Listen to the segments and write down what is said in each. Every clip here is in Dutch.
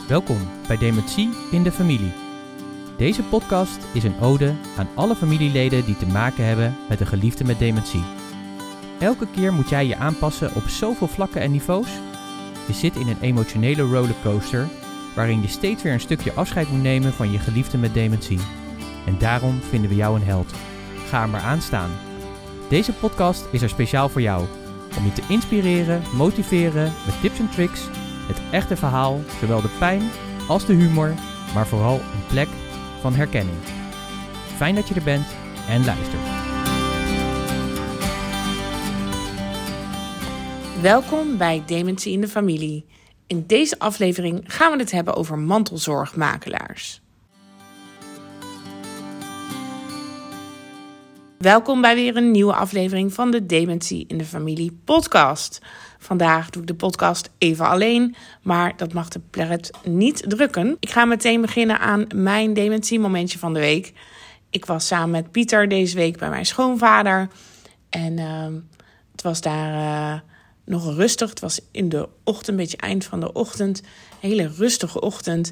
Welkom bij Dementie in de Familie. Deze podcast is een ode aan alle familieleden die te maken hebben met een geliefde met dementie. Elke keer moet jij je aanpassen op zoveel vlakken en niveaus. Je zit in een emotionele rollercoaster waarin je steeds weer een stukje afscheid moet nemen van je geliefde met dementie. En daarom vinden we jou een held. Ga er maar aan staan. Deze podcast is er speciaal voor jou. Om je te inspireren, motiveren met tips en tricks, het echte verhaal, zowel de pijn als de humor, maar vooral een plek van herkenning. Fijn dat je er bent en luistert. Welkom bij Dementie in de Familie. In deze aflevering gaan we het hebben over mantelzorgmakelaars. Welkom bij weer een nieuwe aflevering van de Dementie in de Familie podcast. Vandaag doe ik de podcast even alleen, maar dat mag de pret niet drukken. Ik ga meteen beginnen aan mijn dementiemomentje van de week. Ik was samen met Pieter deze week bij mijn schoonvader. En het was daar nog rustig. Het was in de ochtend, een beetje eind van de ochtend. Een hele rustige ochtend.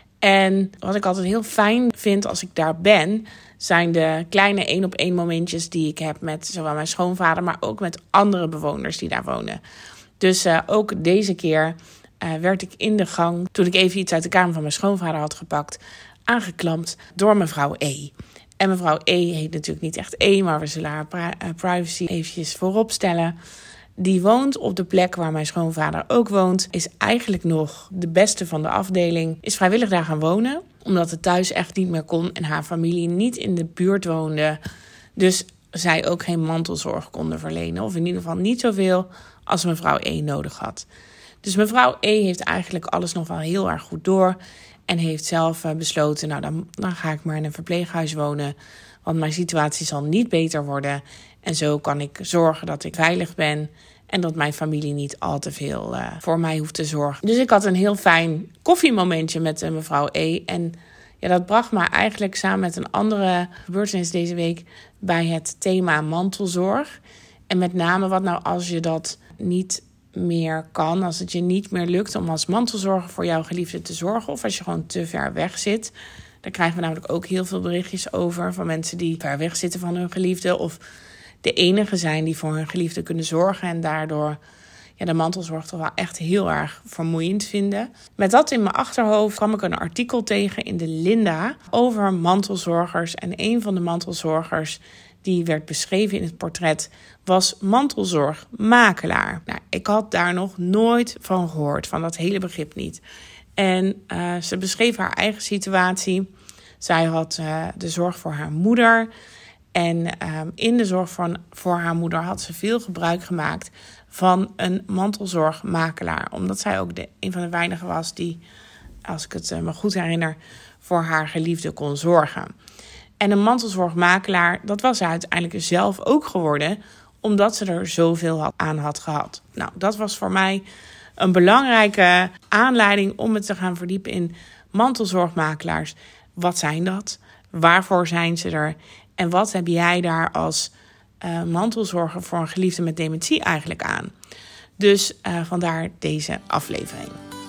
En wat ik altijd heel fijn vind als ik daar ben, zijn de kleine 1-op-1 momentjes die ik heb met zowel mijn schoonvader, maar ook met andere bewoners die daar wonen. Dus ook deze keer werd ik in de gang, toen ik even iets uit de kamer van mijn schoonvader had gepakt, aangeklampt door mevrouw E. En mevrouw E heet natuurlijk niet echt E, maar we zullen haar privacy eventjes voorop stellen. Die woont op de plek waar mijn schoonvader ook woont. Is eigenlijk nog de beste van de afdeling. Is vrijwillig daar gaan wonen. Omdat het thuis echt niet meer kon. En haar familie niet in de buurt woonde. Dus zij ook geen mantelzorg konden verlenen. Of in ieder geval niet zoveel als mevrouw E nodig had. Dus mevrouw E heeft eigenlijk alles nog wel heel erg goed door. En heeft zelf besloten, nou dan ga ik maar in een verpleeghuis wonen. Want mijn situatie zal niet beter worden. En zo kan ik zorgen dat ik veilig ben. En dat mijn familie niet al te veel voor mij hoeft te zorgen. Dus ik had een heel fijn koffiemomentje met mevrouw E. En ja, dat bracht me eigenlijk samen met een andere gebeurtenis deze week bij het thema mantelzorg. En met name wat nou als je dat niet meer kan. Als het je niet meer lukt om als mantelzorger voor jouw geliefde te zorgen. Of als je gewoon te ver weg zit. Daar krijgen we namelijk ook heel veel berichtjes over van mensen die ver weg zitten van hun geliefde. Of de enige zijn die voor hun geliefde kunnen zorgen. En daardoor de mantelzorg toch wel echt heel erg vermoeiend vinden. Met dat in mijn achterhoofd kwam ik een artikel tegen in de Linda over mantelzorgers. En een van de mantelzorgers die werd beschreven in het portret was mantelzorgmakelaar. Nou, ik had daar nog nooit van gehoord, van dat hele begrip niet. En ze beschreef haar eigen situatie. Zij had de zorg voor haar moeder. En in de zorg voor haar moeder had ze veel gebruik gemaakt van een mantelzorgmakelaar. Omdat zij ook een van de weinigen was die, als ik het me goed herinner, voor haar geliefde kon zorgen. En een mantelzorgmakelaar, dat was ze uiteindelijk zelf ook geworden, omdat ze er zoveel aan had gehad. Nou, dat was voor mij een belangrijke aanleiding om me te gaan verdiepen in mantelzorgmakelaars. Wat zijn dat? Waarvoor zijn ze er? En wat heb jij daar als mantelzorger voor een geliefde met dementie eigenlijk aan? Dus vandaar deze aflevering.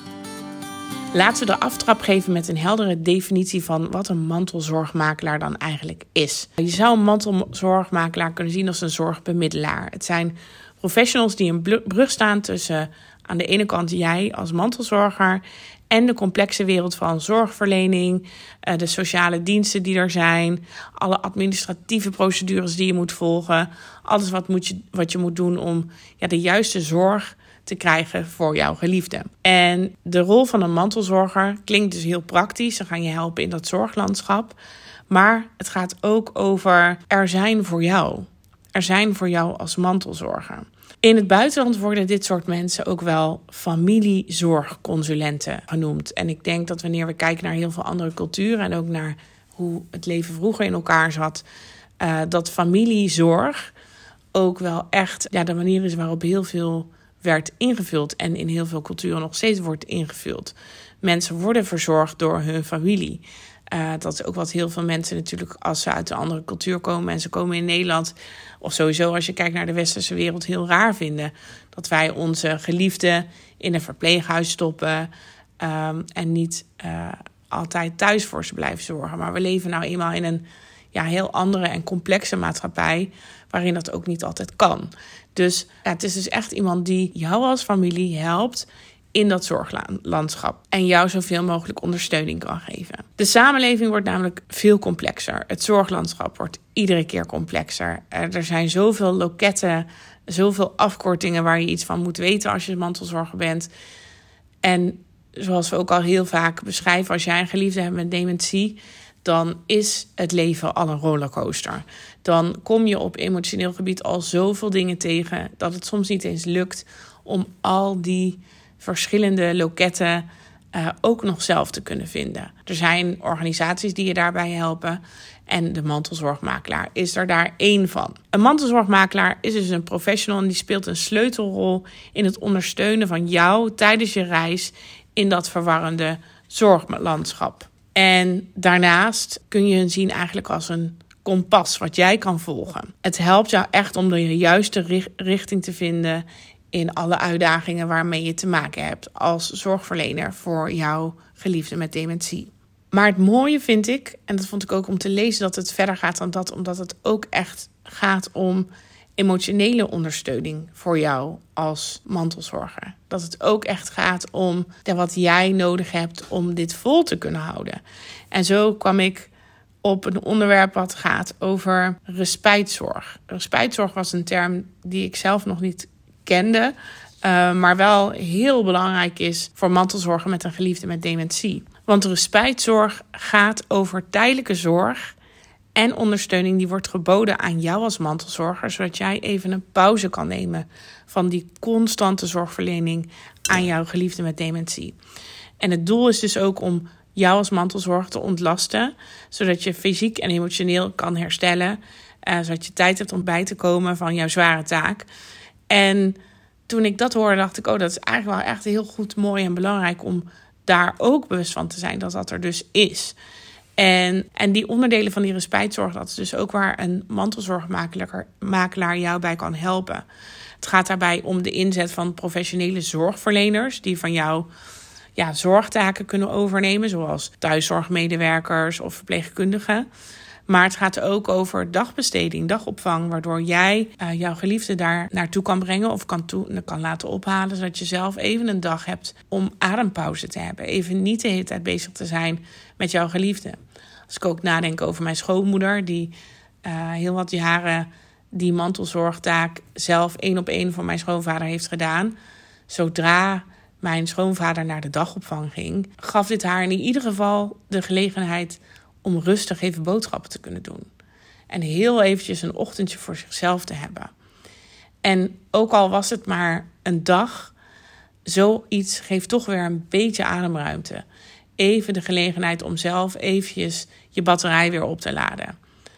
Laten we de aftrap geven met een heldere definitie van wat een mantelzorgmakelaar dan eigenlijk is. Je zou een mantelzorgmakelaar kunnen zien als een zorgbemiddelaar. Het zijn professionals die een brug staan tussen aan de ene kant jij als mantelzorger en de complexe wereld van zorgverlening, de sociale diensten die er zijn, alle administratieve procedures die je moet volgen, alles wat je moet doen om de juiste zorg te krijgen voor jouw geliefde. En de rol van een mantelzorger klinkt dus heel praktisch. Ze gaan je helpen in dat zorglandschap. Maar het gaat ook over er zijn voor jou. Er zijn voor jou als mantelzorger. In het buitenland worden dit soort mensen ook wel familiezorgconsulenten genoemd. En ik denk dat wanneer we kijken naar heel veel andere culturen en ook naar hoe het leven vroeger in elkaar zat, dat familiezorg ook wel echt de manier is waarop heel veel werd ingevuld en in heel veel culturen nog steeds wordt ingevuld. Mensen worden verzorgd door hun familie. Dat is ook wat heel veel mensen natuurlijk als ze uit een andere cultuur komen en ze komen in Nederland, of sowieso als je kijkt naar de westerse wereld, heel raar vinden. Dat wij onze geliefden in een verpleeghuis stoppen. En niet altijd thuis voor ze blijven zorgen. Maar we leven nou eenmaal in een heel andere en complexe maatschappij, waarin dat ook niet altijd kan. Dus het is dus echt iemand die jou als familie helpt in dat zorglandschap en jou zoveel mogelijk ondersteuning kan geven. De samenleving wordt namelijk veel complexer. Het zorglandschap wordt iedere keer complexer. Er zijn zoveel loketten, zoveel afkortingen waar je iets van moet weten als je mantelzorger bent. En zoals we ook al heel vaak beschrijven, als jij een geliefde hebt met dementie, dan is het leven al een rollercoaster. Dan kom je op emotioneel gebied al zoveel dingen tegen dat het soms niet eens lukt om al die verschillende loketten ook nog zelf te kunnen vinden. Er zijn organisaties die je daarbij helpen en de mantelzorgmakelaar is er daar één van. Een mantelzorgmakelaar is dus een professional en die speelt een sleutelrol in het ondersteunen van jou tijdens je reis in dat verwarrende zorglandschap. En daarnaast kun je hen zien eigenlijk als een kompas wat jij kan volgen. Het helpt jou echt om de juiste richting te vinden in alle uitdagingen waarmee je te maken hebt als zorgverlener voor jouw geliefde met dementie. Maar het mooie vind ik, en dat vond ik ook om te lezen, dat het verder gaat dan dat, omdat het ook echt gaat om emotionele ondersteuning voor jou als mantelzorger. Dat het ook echt gaat om wat jij nodig hebt om dit vol te kunnen houden. En zo kwam ik op een onderwerp wat gaat over respijtzorg. Respijtzorg was een term die ik zelf nog niet kende, maar wel heel belangrijk is voor mantelzorger met een geliefde met dementie. Want respijtzorg gaat over tijdelijke zorg en ondersteuning die wordt geboden aan jou als mantelzorger, zodat jij even een pauze kan nemen van die constante zorgverlening aan jouw geliefde met dementie. En het doel is dus ook om jou als mantelzorger te ontlasten, zodat je fysiek en emotioneel kan herstellen, zodat je tijd hebt om bij te komen van jouw zware taak. En toen ik dat hoorde, dacht ik, dat is eigenlijk wel echt heel goed, mooi en belangrijk om daar ook bewust van te zijn dat dat er dus is. En die onderdelen van die respijtzorg, dat is dus ook waar een mantelzorgmakelaar jou bij kan helpen. Het gaat daarbij om de inzet van professionele zorgverleners die van jou zorgtaken kunnen overnemen, zoals thuiszorgmedewerkers of verpleegkundigen. Maar het gaat ook over dagbesteding, dagopvang, waardoor jij jouw geliefde daar naartoe kan brengen of kan laten ophalen, zodat je zelf even een dag hebt om adempauze te hebben. Even niet de hele tijd bezig te zijn met jouw geliefde. Als ik ook nadenk over mijn schoonmoeder, die heel wat jaren die mantelzorgtaak zelf 1-op-1 voor mijn schoonvader heeft gedaan. Zodra mijn schoonvader naar de dagopvang ging, gaf dit haar in ieder geval de gelegenheid om rustig even boodschappen te kunnen doen. En heel eventjes een ochtendje voor zichzelf te hebben. En ook al was het maar een dag, zoiets geeft toch weer een beetje ademruimte. Even de gelegenheid om zelf eventjes je batterij weer op te laden.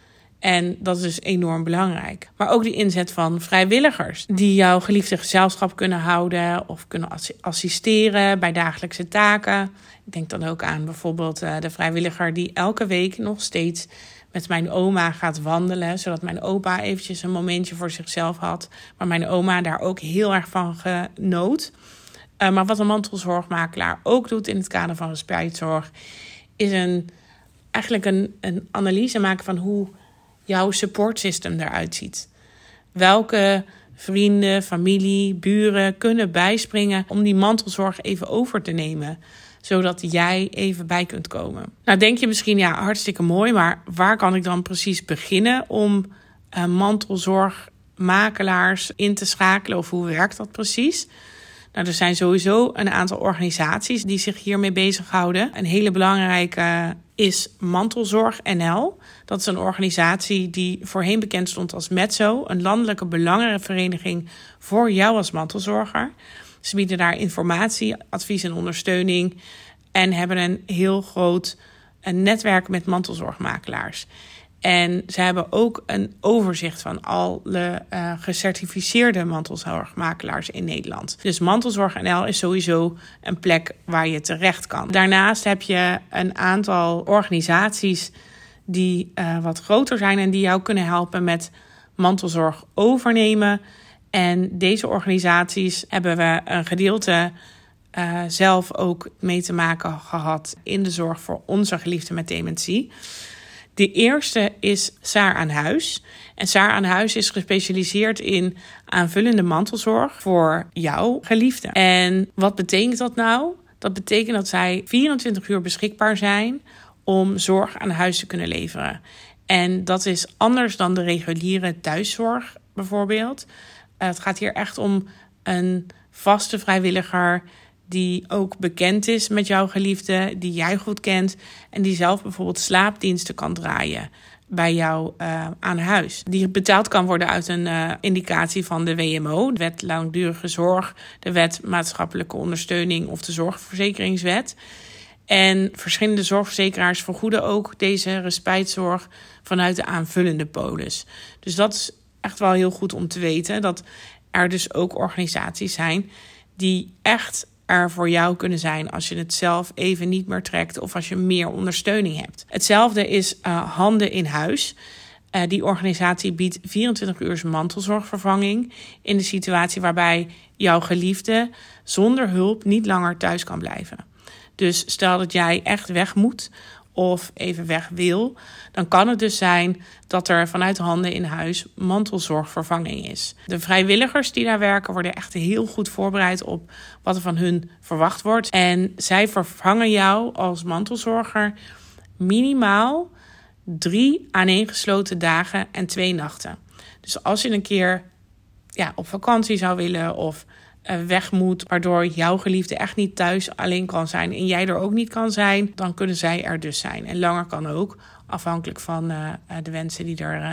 En dat is dus enorm belangrijk. Maar ook de inzet van vrijwilligers die jouw geliefde gezelschap kunnen houden of kunnen assisteren bij dagelijkse taken. Ik denk dan ook aan bijvoorbeeld de vrijwilliger die elke week nog steeds met mijn oma gaat wandelen, zodat mijn opa eventjes een momentje voor zichzelf had, maar mijn oma daar ook heel erg van genoot. Maar wat een mantelzorgmakelaar ook doet in het kader van respijtzorg, is eigenlijk een analyse maken van hoe jouw supportsystem eruit ziet. Welke vrienden, familie, buren kunnen bijspringen om die mantelzorg even over te nemen, zodat jij even bij kunt komen. Nou denk je misschien, hartstikke mooi, maar waar kan ik dan precies beginnen om mantelzorgmakelaars in te schakelen of hoe werkt dat precies? Nou, er zijn sowieso een aantal organisaties die zich hiermee bezighouden. Een hele belangrijke is Mantelzorg NL. Dat is een organisatie die voorheen bekend stond als METZO, een landelijke belangenvereniging voor jou als mantelzorger. Ze bieden daar informatie, advies en ondersteuning en hebben een heel groot netwerk met mantelzorgmakelaars. En ze hebben ook een overzicht van alle gecertificeerde mantelzorgmakelaars in Nederland. Dus Mantelzorg NL is sowieso een plek waar je terecht kan. Daarnaast heb je een aantal organisaties die wat groter zijn en die jou kunnen helpen met mantelzorg overnemen. En deze organisaties hebben we een gedeelte zelf ook mee te maken gehad in de zorg voor onze geliefden met dementie. De eerste is Saar aan Huis. En Saar aan Huis is gespecialiseerd in aanvullende mantelzorg voor jouw geliefde. En wat betekent dat nou? Dat betekent dat zij 24 uur beschikbaar zijn om zorg aan huis te kunnen leveren. En dat is anders dan de reguliere thuiszorg bijvoorbeeld. Het gaat hier echt om een vaste vrijwilliger die ook bekend is met jouw geliefde, die jij goed kent en die zelf bijvoorbeeld slaapdiensten kan draaien bij jou aan huis. Die betaald kan worden uit een indicatie van de WMO, de Wet Langdurige Zorg, de Wet Maatschappelijke Ondersteuning of de Zorgverzekeringswet. En verschillende zorgverzekeraars vergoeden ook deze respijtzorg vanuit de aanvullende polis. Dus dat is echt wel heel goed om te weten, dat er dus ook organisaties zijn die echt er voor jou kunnen zijn als je het zelf even niet meer trekt of als je meer ondersteuning hebt. Hetzelfde is Handen in Huis. Die organisatie biedt 24 uur mantelzorgvervanging in de situatie waarbij jouw geliefde zonder hulp niet langer thuis kan blijven. Dus stel dat jij echt weg moet of even weg wil, dan kan het dus zijn dat er vanuit Handen in Huis mantelzorgvervanging is. De vrijwilligers die daar werken worden echt heel goed voorbereid op wat er van hun verwacht wordt. En zij vervangen jou als mantelzorger minimaal 3 aaneengesloten dagen en 2 nachten. Dus als je een keer op vakantie zou willen of weg moet, waardoor jouw geliefde echt niet thuis alleen kan zijn en jij er ook niet kan zijn, dan kunnen zij er dus zijn. En langer kan ook, afhankelijk van de wensen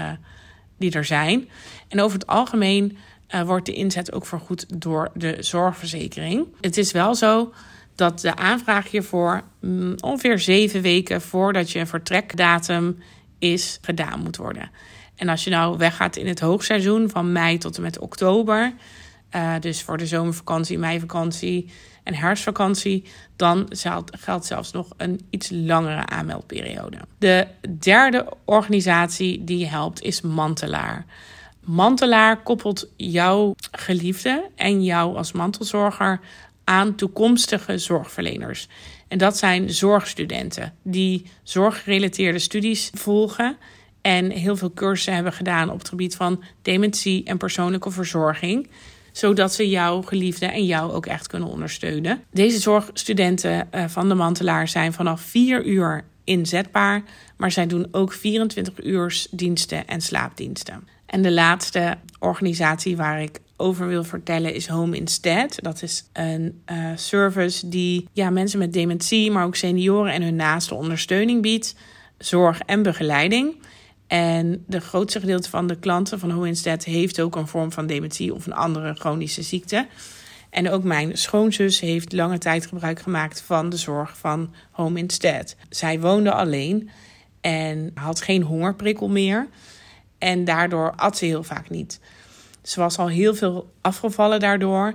die er zijn. En over het algemeen wordt de inzet ook vergoed door de zorgverzekering. Het is wel zo dat de aanvraag hiervoor ongeveer 7 weken voordat je een vertrekdatum is gedaan moet worden. En als je nou weggaat in het hoogseizoen van mei tot en met oktober, dus voor de zomervakantie, meivakantie en herfstvakantie, dan geldt zelfs nog een iets langere aanmeldperiode. De derde organisatie die helpt is Mantelaar. Mantelaar koppelt jouw geliefde en jou als mantelzorger aan toekomstige zorgverleners. En dat zijn zorgstudenten die zorggerelateerde studies volgen en heel veel cursussen hebben gedaan op het gebied van dementie en persoonlijke verzorging, zodat ze jouw geliefde en jou ook echt kunnen ondersteunen. Deze zorgstudenten van de Mantelaar zijn vanaf 4 uur inzetbaar, maar zij doen ook 24 uur diensten en slaapdiensten. En de laatste organisatie waar ik over wil vertellen is Home Instead. Dat is een service die mensen met dementie, maar ook senioren en hun naasten ondersteuning biedt, zorg en begeleiding. En de grootste gedeelte van de klanten van Home Instead heeft ook een vorm van dementie of een andere chronische ziekte. En ook mijn schoonzus heeft lange tijd gebruik gemaakt van de zorg van Home Instead. Zij woonde alleen en had geen hongerprikkel meer. En daardoor at ze heel vaak niet. Ze was al heel veel afgevallen daardoor.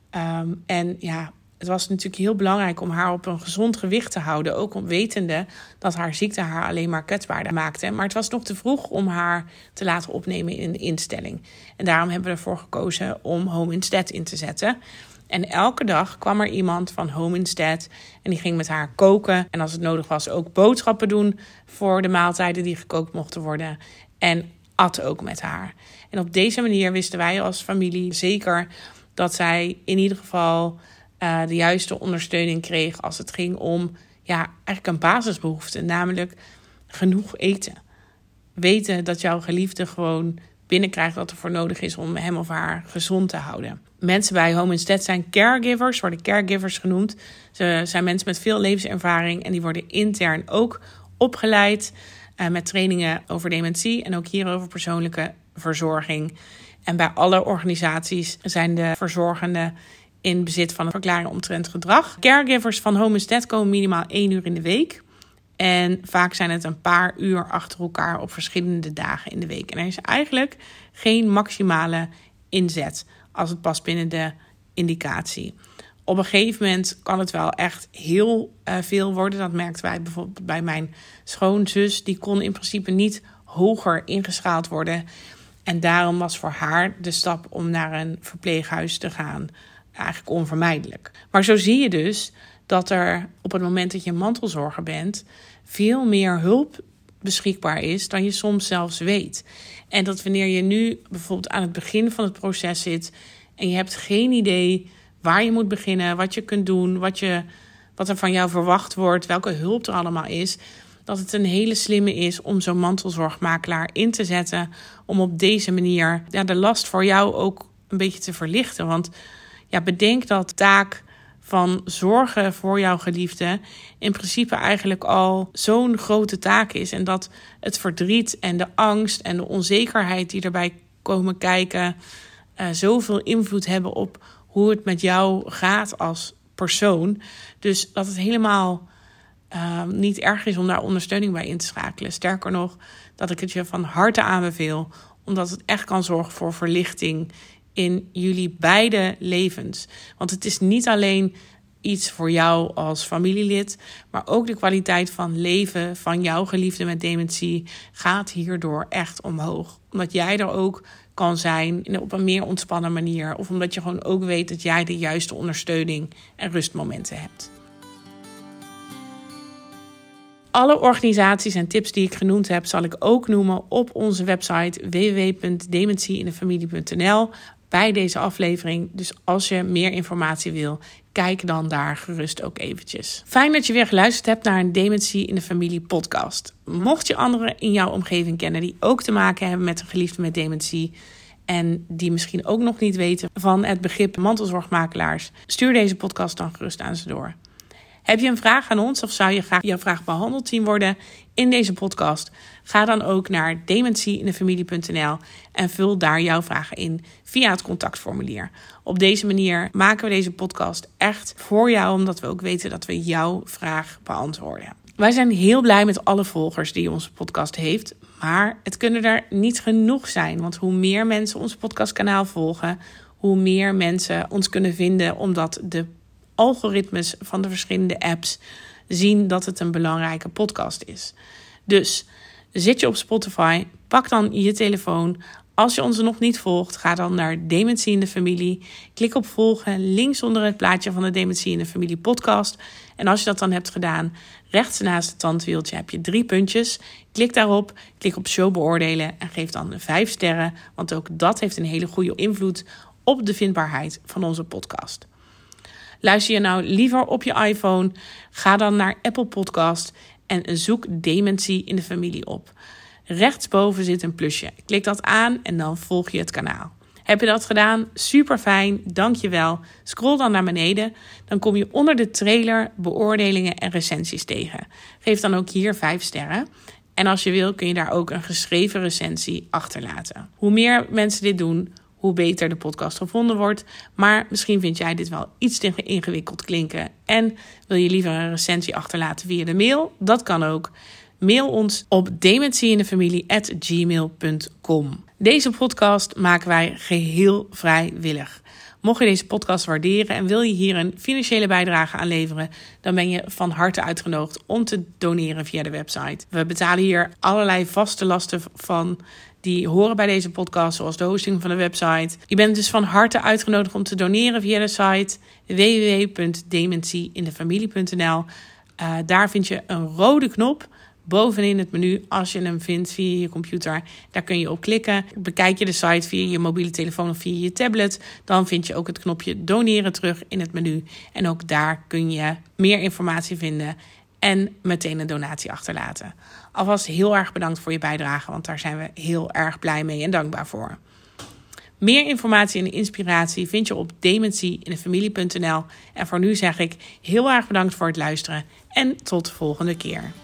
Het was natuurlijk heel belangrijk om haar op een gezond gewicht te houden. Ook wetende dat haar ziekte haar alleen maar kwetsbaarder maakte. Maar het was nog te vroeg om haar te laten opnemen in een instelling. En daarom hebben we ervoor gekozen om Home Instead in te zetten. En elke dag kwam er iemand van Home Instead en die ging met haar koken. En als het nodig was ook boodschappen doen voor de maaltijden die gekookt mochten worden. En at ook met haar. En op deze manier wisten wij als familie zeker dat zij in ieder geval de juiste ondersteuning kreeg als het ging om eigenlijk een basisbehoefte, namelijk genoeg eten. Weten dat jouw geliefde gewoon binnenkrijgt wat er voor nodig is om hem of haar gezond te houden. Mensen bij Home Instead zijn caregivers, worden caregivers genoemd. Ze zijn mensen met veel levenservaring en die worden intern ook opgeleid met trainingen over dementie en ook hier over persoonlijke verzorging. En bij alle organisaties zijn de verzorgenden in bezit van een verklaring omtrent gedrag. Caregivers van Home Instead komen minimaal 1 uur in de week. En vaak zijn het een paar uur achter elkaar op verschillende dagen in de week. En er is eigenlijk geen maximale inzet als het past binnen de indicatie. Op een gegeven moment kan het wel echt heel veel worden. Dat merkten wij bijvoorbeeld bij mijn schoonzus. Die kon in principe niet hoger ingeschaald worden. En daarom was voor haar de stap om naar een verpleeghuis te gaan eigenlijk onvermijdelijk. Maar zo zie je dus dat er op het moment dat je mantelzorger bent veel meer hulp beschikbaar is dan je soms zelfs weet. En dat wanneer je nu bijvoorbeeld aan het begin van het proces zit en je hebt geen idee waar je moet beginnen, wat je kunt doen, wat er van jou verwacht wordt, welke hulp er allemaal is, dat het een hele slimme is om zo'n mantelzorgmakelaar in te zetten om op deze manier de last voor jou ook een beetje te verlichten. Want bedenk dat de taak van zorgen voor jouw geliefde in principe eigenlijk al zo'n grote taak is. En dat het verdriet en de angst en de onzekerheid die erbij komen kijken zoveel invloed hebben op hoe het met jou gaat als persoon. Dus dat het helemaal niet erg is om daar ondersteuning bij in te schakelen. Sterker nog, dat ik het je van harte aanbeveel, omdat het echt kan zorgen voor verlichting in jullie beide levens. Want het is niet alleen iets voor jou als familielid, maar ook de kwaliteit van leven van jouw geliefde met dementie gaat hierdoor echt omhoog. Omdat jij er ook kan zijn op een meer ontspannen manier, of omdat je gewoon ook weet dat jij de juiste ondersteuning en rustmomenten hebt. Alle organisaties en tips die ik genoemd heb, zal ik ook noemen op onze website www.dementieindefamilie.nl bij deze aflevering. Dus als je meer informatie wil, kijk dan daar gerust ook eventjes. Fijn dat je weer geluisterd hebt naar een Dementie in de Familie podcast. Mocht je anderen in jouw omgeving kennen die ook te maken hebben met een geliefde met dementie en die misschien ook nog niet weten van het begrip mantelzorgmakelaars, stuur deze podcast dan gerust aan ze door. Heb je een vraag aan ons of zou je graag jouw vraag behandeld zien worden in deze podcast? Ga dan ook naar dementieindefamilie.nl en vul daar jouw vragen in via het contactformulier. Op deze manier maken we deze podcast echt voor jou, omdat we ook weten dat we jouw vraag beantwoorden. Wij zijn heel blij met alle volgers die onze podcast heeft, maar het kunnen er niet genoeg zijn. Want hoe meer mensen ons podcastkanaal volgen, hoe meer mensen ons kunnen vinden, omdat de algoritmes van de verschillende apps zien dat het een belangrijke podcast is. Dus zit je op Spotify, pak dan je telefoon. Als je ons nog niet volgt, ga dan naar Dementie in de Familie. Klik op volgen, links onder het plaatje van de Dementie in de Familie podcast. En als je dat dan hebt gedaan, rechts naast het tandwieltje heb je 3 puntjes. Klik daarop, klik op show beoordelen en geef dan 5 sterren. Want ook dat heeft een hele goede invloed op de vindbaarheid van onze podcast. Luister je nou liever op je iPhone? Ga dan naar Apple Podcast en zoek Dementie in de Familie op. Rechtsboven zit een plusje. Klik dat aan en dan volg je het kanaal. Heb je dat gedaan? Super fijn, dankjewel. Scroll dan naar beneden. Dan kom je onder de trailer, beoordelingen en recensies tegen. Geef dan ook hier 5 sterren. En als je wil kun je daar ook een geschreven recensie achterlaten. Hoe meer mensen dit doen, hoe beter de podcast gevonden wordt. Maar misschien vind jij dit wel iets te ingewikkeld klinken en wil je liever een recensie achterlaten via de mail? Dat kan ook. Mail ons op dementieindefamilie@gmail.com. Deze podcast maken wij geheel vrijwillig. Mocht je deze podcast waarderen en wil je hier een financiële bijdrage aan leveren, dan ben je van harte uitgenodigd om te doneren via de website. We betalen hier allerlei vaste lasten van die horen bij deze podcast, zoals de hosting van de website. Je bent dus van harte uitgenodigd om te doneren via de site www.dementieindefamilie.nl. Daar vind je een rode knop bovenin het menu. Als je hem vindt via je computer, daar kun je op klikken. Bekijk je de site via je mobiele telefoon of via je tablet, dan vind je ook het knopje doneren terug in het menu. En ook daar kun je meer informatie vinden en meteen een donatie achterlaten. Alvast heel erg bedankt voor je bijdrage, want daar zijn we heel erg blij mee en dankbaar voor. Meer informatie en inspiratie vind je op dementieindefamilie.nl. En voor nu zeg ik heel erg bedankt voor het luisteren en tot de volgende keer.